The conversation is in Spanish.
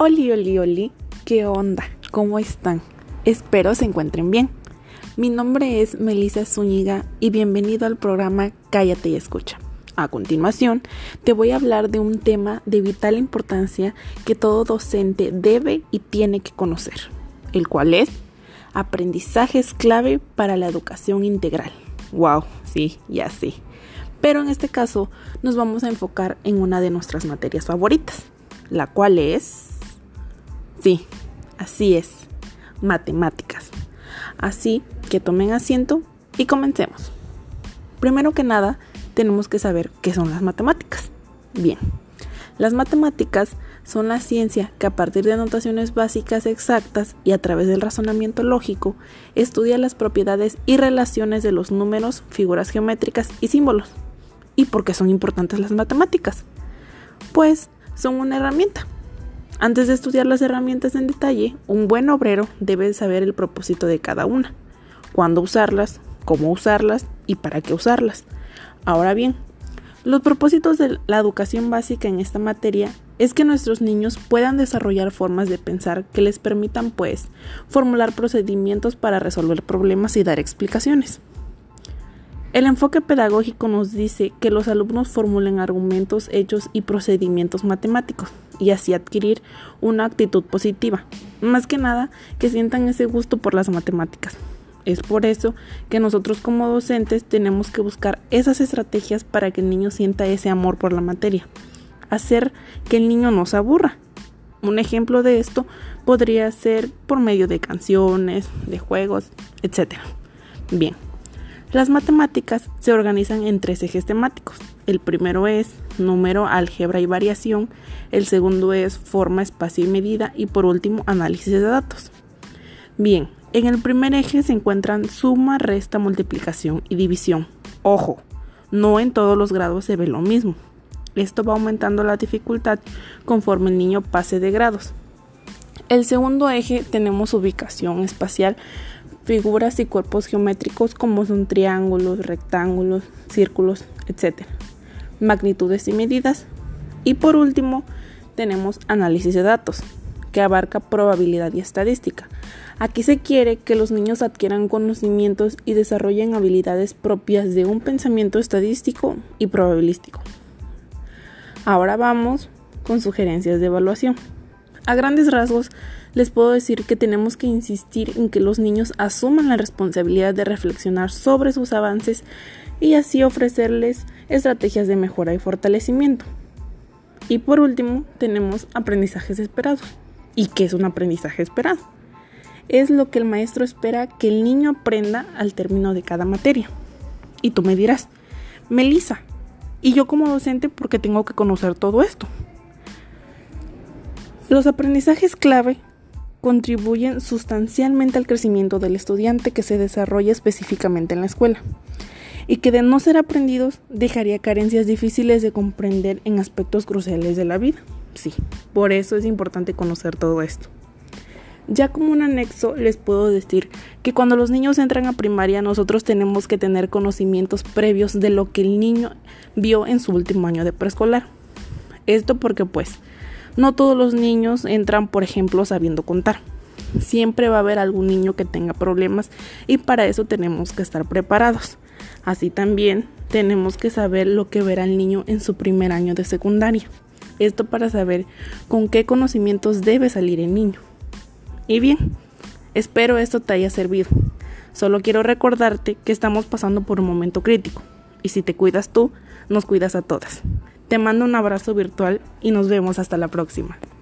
Oli, oli, oli, ¿qué onda? ¿Cómo están? Espero se encuentren bien. Mi nombre es Melissa Zúñiga y bienvenido al programa Cállate y Escucha. A continuación, te voy a hablar de un tema de vital importancia que todo docente debe y tiene que conocer, el cual es aprendizajes clave para la educación integral. ¡Wow! Sí, ya sé. Pero en este caso nos vamos a enfocar en una de nuestras materias favoritas, la cual es... Sí, así es, matemáticas. Así que tomen asiento y comencemos. Primero que nada, tenemos que saber qué son las matemáticas. Bien, las matemáticas son la ciencia que a partir de notaciones básicas exactas y a través del razonamiento lógico estudia las propiedades y relaciones de los números, figuras geométricas y símbolos. ¿Y por qué son importantes las matemáticas? Pues son una herramienta. Antes de estudiar las herramientas en detalle, un buen obrero debe saber el propósito de cada una, cuándo usarlas, cómo usarlas y para qué usarlas. Ahora bien, los propósitos de la educación básica en esta materia es que nuestros niños puedan desarrollar formas de pensar que les permitan, formular procedimientos para resolver problemas y dar explicaciones. El enfoque pedagógico nos dice que los alumnos formulen argumentos, hechos y procedimientos matemáticos y así adquirir una actitud positiva, más que nada que sientan ese gusto por las matemáticas. Es por eso que nosotros como docentes tenemos que buscar esas estrategias para que el niño sienta ese amor por la materia, hacer que el niño no se aburra. Un ejemplo de esto podría ser por medio de canciones, de juegos, etc. Bien. Las matemáticas se organizan en 3 ejes temáticos. El primero es número, álgebra y variación. El segundo es forma, espacio y medida. Y por último, análisis de datos. Bien, en el primer eje se encuentran suma, resta, multiplicación y división. Ojo, no en todos los grados se ve lo mismo. Esto va aumentando la dificultad conforme el niño pase de grados. El segundo eje tenemos ubicación espacial, figuras y cuerpos geométricos como son triángulos, rectángulos, círculos, etc. Magnitudes y medidas. Y por último tenemos análisis de datos, que abarca probabilidad y estadística. Aquí se quiere que los niños adquieran conocimientos y desarrollen habilidades propias de un pensamiento estadístico y probabilístico. Ahora vamos con sugerencias de evaluación. A grandes rasgos, les puedo decir que tenemos que insistir en que los niños asuman la responsabilidad de reflexionar sobre sus avances y así ofrecerles estrategias de mejora y fortalecimiento. Y por último, tenemos aprendizajes esperados. ¿Y qué es un aprendizaje esperado? Es lo que el maestro espera que el niño aprenda al término de cada materia. Y tú me dirás, Melissa, ¿y yo como docente por qué tengo que conocer todo esto? Los aprendizajes clave contribuyen sustancialmente al crecimiento del estudiante que se desarrolla específicamente en la escuela y que de no ser aprendidos dejaría carencias difíciles de comprender en aspectos cruciales de la vida. Sí, por eso es importante conocer todo esto. Ya como un anexo les puedo decir que cuando los niños entran a primaria nosotros tenemos que tener conocimientos previos de lo que el niño vio en su último año de preescolar. Esto porque no todos los niños entran, por ejemplo, sabiendo contar. Siempre va a haber algún niño que tenga problemas y para eso tenemos que estar preparados. Así también tenemos que saber lo que verá el niño en su primer año de secundaria. Esto para saber con qué conocimientos debe salir el niño. Y bien, espero esto te haya servido. Solo quiero recordarte que estamos pasando por un momento crítico. Y si te cuidas tú, nos cuidas a todas. Te mando un abrazo virtual y nos vemos hasta la próxima.